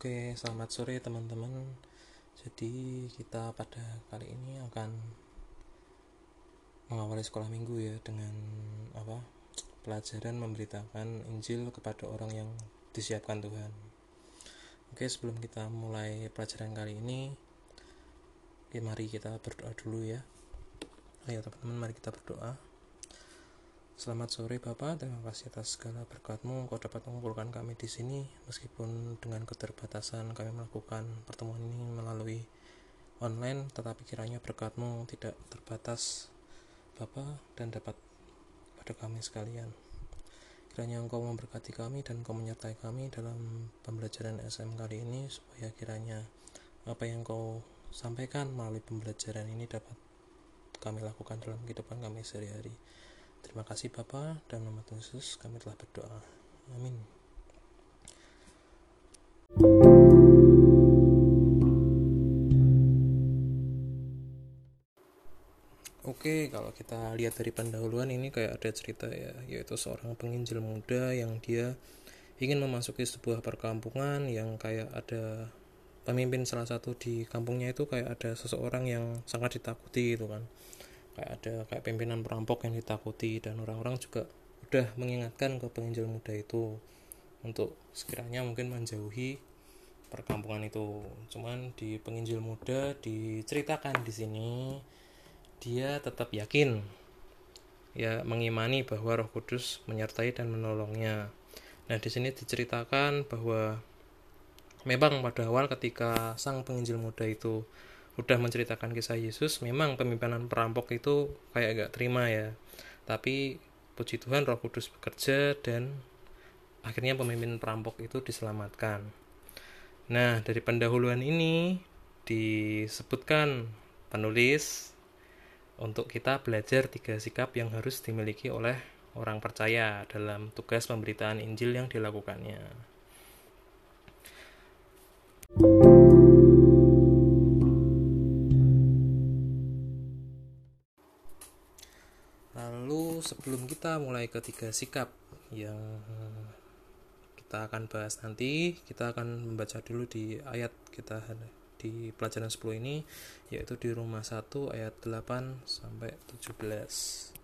Oke, selamat sore teman-teman. Jadi kita pada kali ini akan mengawali sekolah minggu ya dengan pelajaran memberitakan Injil kepada orang yang disiapkan Tuhan. Oke, sebelum kita mulai pelajaran kali ini, mari kita berdoa dulu ya. Ayo teman-teman, mari kita berdoa. Selamat sore Bapak, terima kasih atas segala berkat-Mu. Kau dapat mengumpulkan kami di sini meskipun dengan keterbatasan kami melakukan pertemuan ini melalui online, tetapi kiranya berkat-Mu tidak terbatas Bapak dan dapat pada kami sekalian. Kiranya Engkau memberkati kami dan Engkau menyertai kami dalam pembelajaran SM kali ini, supaya kiranya apa yang Engkau sampaikan melalui pembelajaran ini dapat kami lakukan dalam kehidupan kami sehari-hari. Terima kasih Bapa, dalam nama Tuhan Yesus kami telah berdoa. Amin. Oke, kalau kita lihat dari pendahuluan ini kayak ada cerita ya, yaitu seorang penginjil muda yang dia ingin memasuki sebuah perkampungan yang kayak ada pemimpin salah satu di kampungnya itu kayak ada seseorang yang sangat ditakuti gitu kan. Kayak pimpinan perampok yang ditakuti, dan orang-orang juga udah mengingatkan ke penginjil muda itu untuk sekiranya mungkin menjauhi perkampungan itu. Cuman di penginjil muda diceritakan di sini dia tetap yakin ya, mengimani bahwa Roh Kudus menyertai dan menolongnya. Nah, di sini diceritakan bahwa memang pada awal ketika sang penginjil muda itu udah menceritakan kisah Yesus, memang pemimpinan perampok itu kayak gak terima ya. Tapi puji Tuhan, Roh Kudus bekerja dan akhirnya pemimpin perampok itu diselamatkan. Nah, dari pendahuluan ini disebutkan penulis untuk kita belajar 3 sikap yang harus dimiliki oleh orang percaya dalam tugas pemberitaan Injil yang dilakukannya. Lalu sebelum kita mulai ke 3 sikap yang kita akan bahas nanti, kita akan membaca dulu di ayat kita di pelajaran 10 ini, yaitu di Roma 1 ayat 8 sampai 17.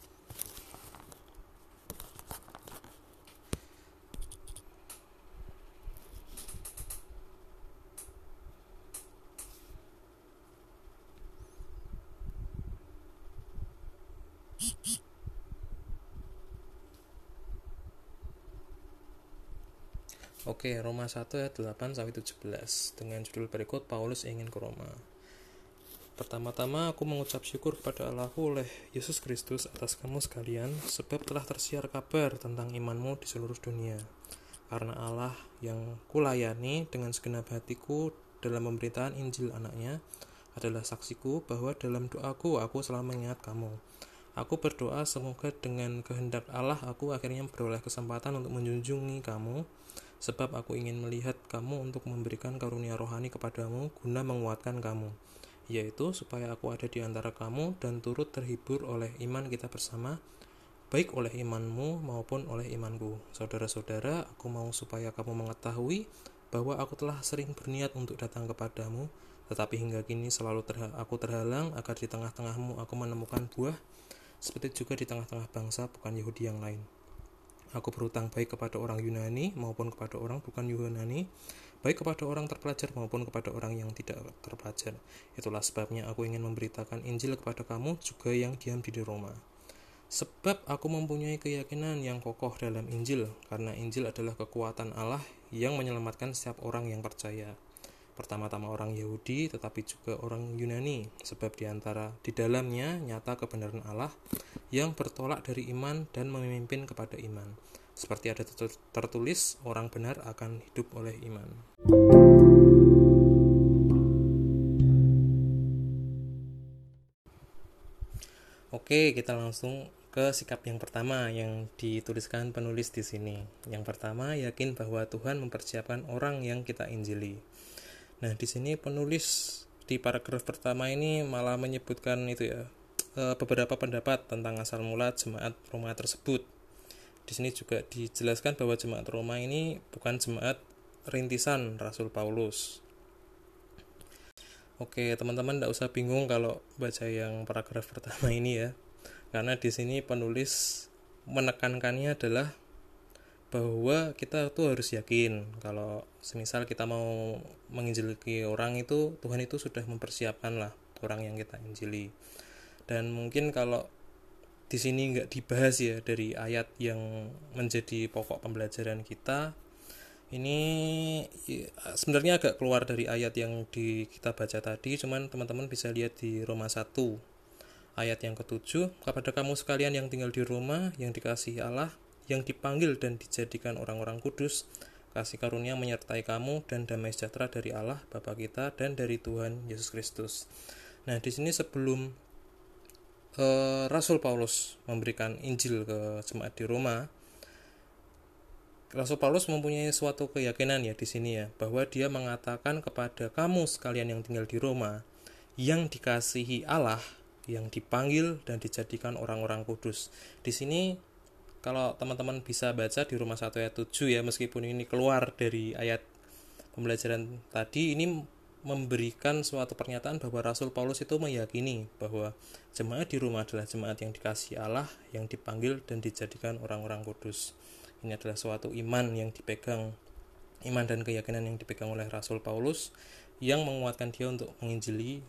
Oke, Roma 1 ayat 8 sampai 17 dengan judul berikut, Paulus ingin ke Roma. Pertama-tama aku mengucap syukur kepada Allahku oleh Yesus Kristus atas kamu sekalian, sebab telah tersiar kabar tentang imanmu di seluruh dunia. Karena Allah yang kulayani dengan segenap hatiku dalam pemberitaan Injil anaknya adalah saksiku bahwa dalam doaku aku selalu mengingat kamu. Aku berdoa semoga dengan kehendak Allah aku akhirnya beroleh kesempatan untuk menjunjungi kamu, sebab aku ingin melihat kamu untuk memberikan karunia rohani kepadamu guna menguatkan kamu, yaitu supaya aku ada di antara kamu dan turut terhibur oleh iman kita bersama, baik oleh imanmu maupun oleh imanku. Saudara-saudara, aku mau supaya kamu mengetahui bahwa aku telah sering berniat untuk datang kepadamu, tetapi hingga kini selalu aku terhalang agar di tengah-tengahmu aku menemukan buah, seperti juga di tengah-tengah bangsa bukan Yahudi yang lain. Aku berhutang baik kepada orang Yunani maupun kepada orang bukan Yunani, baik kepada orang terpelajar maupun kepada orang yang tidak terpelajar. Itulah sebabnya aku ingin memberitakan Injil kepada kamu juga yang diam di Roma. Sebab aku mempunyai keyakinan yang kokoh dalam Injil, karena Injil adalah kekuatan Allah yang menyelamatkan setiap orang yang percaya. Pertama-tama orang Yahudi, tetapi juga orang Yunani, sebab di dalamnya nyata kebenaran Allah yang bertolak dari iman dan memimpin kepada iman. Seperti ada tertulis, orang benar akan hidup oleh iman. Oke, kita langsung ke sikap yang pertama yang dituliskan penulis di sini. Yang pertama, yakin bahwa Tuhan mempersiapkan orang yang kita injili. Nah, di sini penulis di paragraf pertama ini malah menyebutkan beberapa pendapat tentang asal mula jemaat Roma tersebut. Di sini juga dijelaskan bahwa jemaat Roma ini bukan jemaat rintisan Rasul Paulus. Oke, teman-teman tidak usah bingung kalau baca yang paragraf pertama ini ya. Karena di sini penulis menekankannya adalah bahwa kita tuh harus yakin kalau semisal kita mau menginjili orang itu, Tuhan itu sudah mempersiapkan lah orang yang kita injili. Dan mungkin kalau di sini nggak dibahas ya dari ayat yang menjadi pokok pembelajaran kita, ini sebenarnya agak keluar dari ayat yang kita baca tadi, cuman teman-teman bisa lihat di Roma 1 ayat yang ke-7, kepada kamu sekalian yang tinggal di Roma, yang dikasihi Allah, yang dipanggil dan dijadikan orang-orang kudus, kasih karunia menyertai kamu dan damai sejahtera dari Allah Bapa kita dan dari Tuhan Yesus Kristus. Nah, di sini sebelum Rasul Paulus memberikan Injil ke jemaat di Roma, Rasul Paulus mempunyai suatu keyakinan ya di sini ya, bahwa dia mengatakan kepada kamu sekalian yang tinggal di Roma, yang dikasihi Allah, yang dipanggil dan dijadikan orang-orang kudus. Di sini kalau teman-teman bisa baca di Roma 1 ayat 7 ya, meskipun ini keluar dari ayat pembelajaran tadi, ini memberikan suatu pernyataan bahwa Rasul Paulus itu meyakini bahwa jemaat di Roma adalah jemaat yang dikasihi Allah, yang dipanggil dan dijadikan orang-orang kudus. Ini adalah suatu iman yang dipegang, iman dan keyakinan yang dipegang oleh Rasul Paulus, yang menguatkan dia untuk menginjili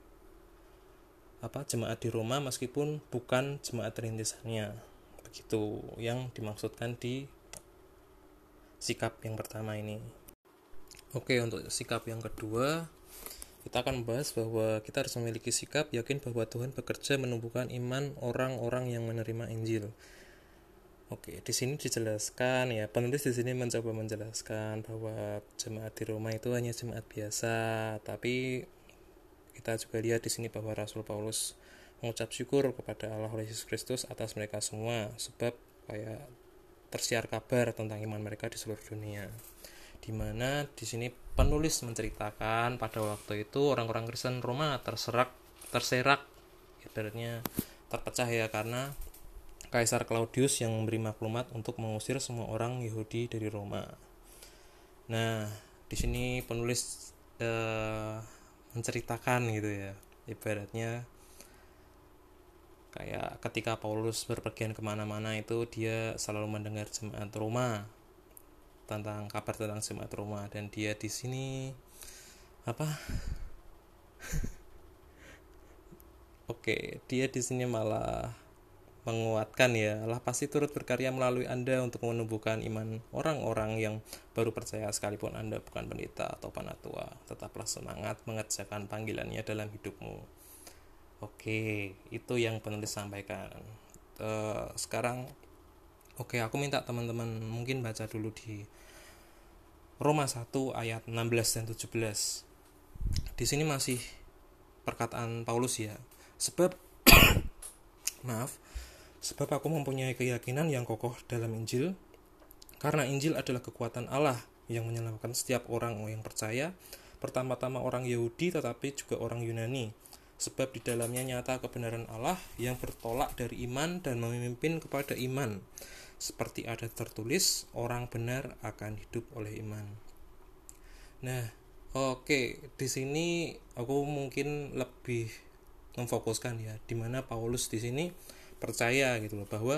jemaat di Roma meskipun bukan jemaat rintisannya. Begitu yang dimaksudkan di sikap yang pertama ini. Oke, untuk sikap yang kedua, kita akan membahas bahwa kita harus memiliki sikap yakin bahwa Tuhan bekerja menumbuhkan iman orang-orang yang menerima Injil. Oke, di sini dijelaskan ya, penulis di sini mencoba menjelaskan bahwa jemaat di Roma itu hanya jemaat biasa, tapi kita juga lihat di sini bahwa Rasul Paulus mengucap syukur kepada Allah Yesus Kristus atas mereka semua, sebab kayak tersiar kabar tentang iman mereka di seluruh dunia. Di mana di sini penulis menceritakan pada waktu itu orang-orang Kristen Roma terserak, ibaratnya terpecah ya, karena Kaisar Claudius yang memberi maklumat untuk mengusir semua orang Yahudi dari Roma. Nah, di sini penulis menceritakan gitu ya, ibaratnya kayak ketika Paulus berpergian kemana-mana itu dia selalu mendengar jemaat Roma, tentang kabar tentang jemaat Roma, dan dia di sini dia di sini malah menguatkan ya, Allah pasti turut berkarya melalui Anda untuk menumbuhkan iman orang-orang yang baru percaya sekalipun Anda bukan pendeta atau panatua. Tetaplah semangat mengerjakan panggilannya dalam hidupmu. Oke, itu yang penulis sampaikan. Sekarang aku minta teman-teman mungkin baca dulu di Roma 1 ayat 16 dan 17. Di sini masih perkataan Paulus ya. Sebab aku mempunyai keyakinan yang kokoh dalam Injil, karena Injil adalah kekuatan Allah yang menyelamatkan setiap orang yang percaya, pertama-tama orang Yahudi tetapi juga orang Yunani. Sebab di dalamnya nyata kebenaran Allah yang bertolak dari iman dan memimpin kepada iman. Seperti ada tertulis, orang benar akan hidup oleh iman. Nah, di sini aku mungkin lebih memfokuskan ya, di mana Paulus di sini percaya gitu loh, bahwa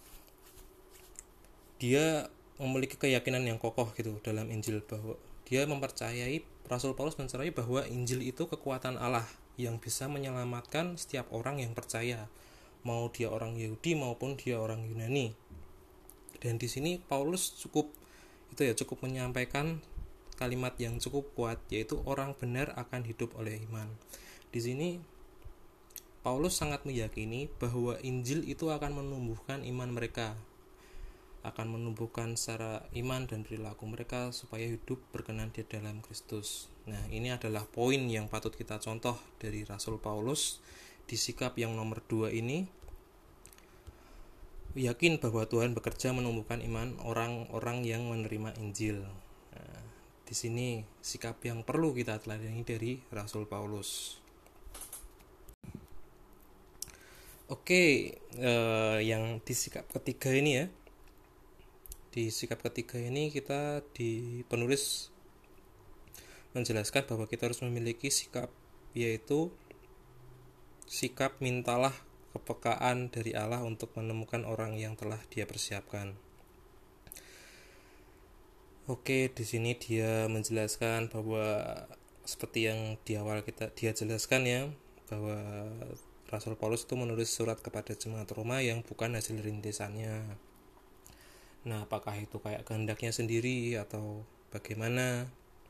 dia memiliki keyakinan yang kokoh gitu dalam Injil, bahwa dia mempercayai, Rasul Paulus mempercayai bahwa Injil itu kekuatan Allah yang bisa menyelamatkan setiap orang yang percaya, mau dia orang Yahudi maupun dia orang Yunani. Dan di sini Paulus cukup menyampaikan kalimat yang cukup kuat, yaitu orang benar akan hidup oleh iman. Di sini Paulus sangat meyakini bahwa Injil itu akan menumbuhkan iman mereka, akan menumbuhkan secara iman dan perilaku mereka supaya hidup berkenan di dalam Kristus. Nah, ini adalah poin yang patut kita contoh dari Rasul Paulus di sikap yang nomor 2 ini. Yakin bahwa Tuhan bekerja menumbuhkan iman orang-orang yang menerima Injil. Nah, di sini sikap yang perlu kita teladani dari Rasul Paulus. Yang di sikap ketiga ini ya, Di sikap ketiga ini penulis menjelaskan bahwa kita harus memiliki sikap, yaitu sikap mintalah kepekaan dari Allah untuk menemukan orang yang telah Dia persiapkan. Oke, di sini dia menjelaskan bahwa seperti yang di awal dia jelaskan ya, bahwa Rasul Paulus itu menulis surat kepada jemaat Roma yang bukan hasil rintisannya. Nah, apakah itu kayak kehendaknya sendiri atau bagaimana?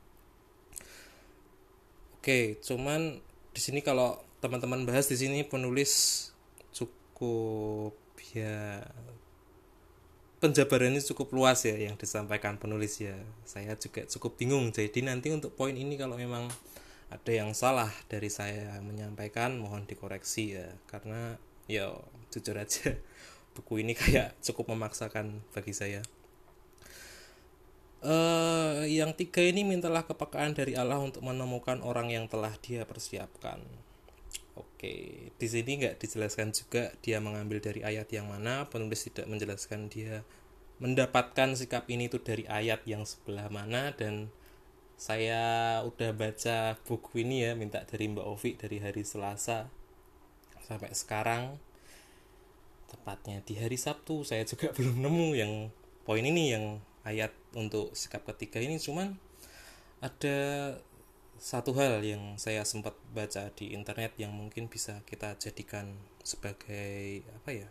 Oke, cuman di sini kalau teman-teman bahas di sini penulis cukup ya, penjabarannya cukup luas ya yang disampaikan penulis ya. Saya juga cukup bingung. Jadi nanti untuk poin ini kalau memang ada yang salah dari saya menyampaikan, mohon dikoreksi ya. Karena ya jujur aja buku ini kayak cukup memaksakan bagi saya. Yang tiga ini, mintalah kepekaan dari Allah untuk menemukan orang yang telah Dia persiapkan. Oke, di sini nggak dijelaskan juga dia mengambil dari ayat yang mana. Penulis tidak menjelaskan dia mendapatkan sikap ini itu dari ayat yang sebelah mana. Dan saya udah baca buku ini ya, minta dari Mbak Ovi dari hari Selasa sampai sekarang, tepatnya di hari Sabtu, saya juga belum nemu yang poin ini, yang ayat untuk sikap ketiga ini. Cuman ada satu hal yang saya sempat baca di internet yang mungkin bisa kita jadikan sebagai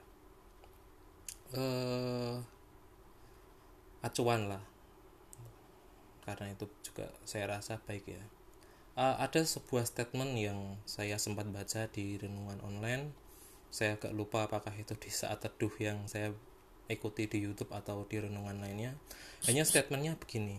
acuan lah, karena itu juga saya rasa baik ya. Ada sebuah statement yang saya sempat baca di renungan online. Saya agak lupa apakah itu di saat teduh yang saya ikuti di YouTube atau di renungan lainnya. Hanya statementnya begini,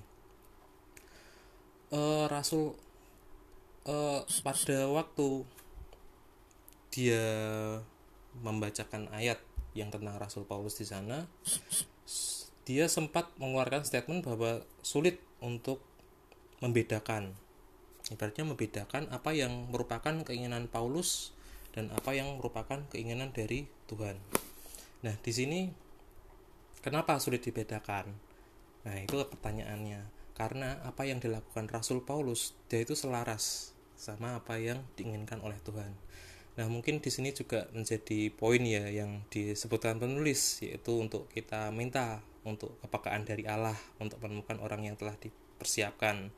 Rasul pada waktu dia membacakan ayat yang tentang Rasul Paulus di sana, dia sempat mengeluarkan statement bahwa sulit untuk membedakan, ibaratnya membedakan apa yang merupakan keinginan Paulus dan apa yang merupakan keinginan dari Tuhan. Nah, di sini kenapa sulit dibedakan? Nah, itu pertanyaannya. Karena apa yang dilakukan Rasul Paulus, dia itu selaras sama apa yang diinginkan oleh Tuhan. Nah, mungkin di sini juga menjadi poin ya yang disebutkan penulis, yaitu untuk kita minta untuk kepekaan dari Allah untuk menemukan orang yang telah dipersiapkan.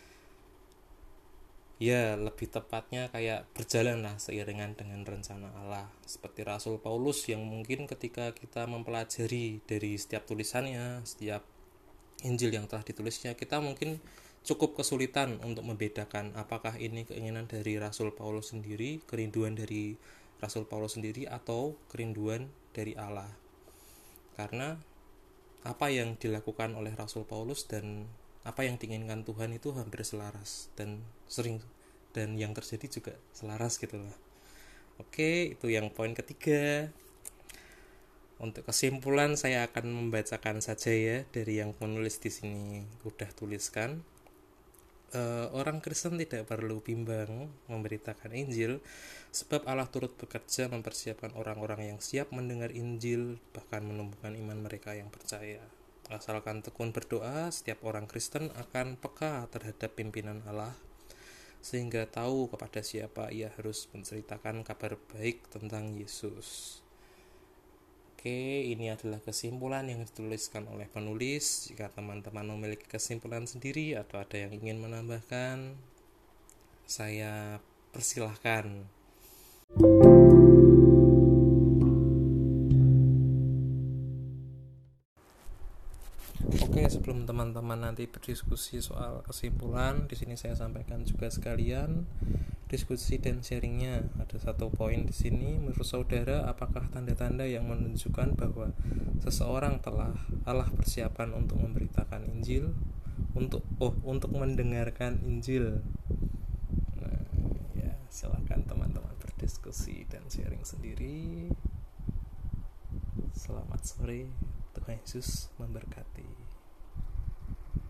Ya, lebih tepatnya kayak berjalanlah seiringan dengan rencana Allah. Seperti Rasul Paulus yang mungkin ketika kita mempelajari dari setiap tulisannya, setiap Injil yang telah ditulisnya, kita mungkin cukup kesulitan untuk membedakan apakah ini keinginan dari Rasul Paulus sendiri, kerinduan dari Rasul Paulus sendiri, atau kerinduan dari Allah. Karena apa yang dilakukan oleh Rasul Paulus dan apa yang diinginkan Tuhan itu hampir selaras dan yang terjadi juga selaras gitu lah. Oke, itu yang poin ketiga. Untuk kesimpulan saya akan membacakan saja ya dari yang penulis di sini udah tuliskan. Orang Kristen tidak perlu bimbang memberitakan Injil, sebab Allah turut bekerja mempersiapkan orang-orang yang siap mendengar Injil, bahkan menumbuhkan iman mereka yang percaya. Asalkan tekun berdoa, setiap orang Kristen akan peka terhadap pimpinan Allah, sehingga tahu kepada siapa ia harus menceritakan kabar baik tentang Yesus. Oke, ini adalah kesimpulan yang dituliskan oleh penulis. Jika teman-teman memiliki kesimpulan sendiri atau ada yang ingin menambahkan, saya persilahkan. Oke, sebelum teman-teman nanti berdiskusi soal kesimpulan, di sini saya sampaikan juga sekalian diskusi dan sharingnya. Ada satu poin di sini. Menurut saudara, apakah tanda-tanda yang menunjukkan bahwa seseorang telah Allah persiapkan untuk memberitakan Injil, untuk mendengarkan Injil? Nah, ya, silakan teman-teman berdiskusi dan sharing sendiri. Selamat sore, Tuhan Yesus memberkati.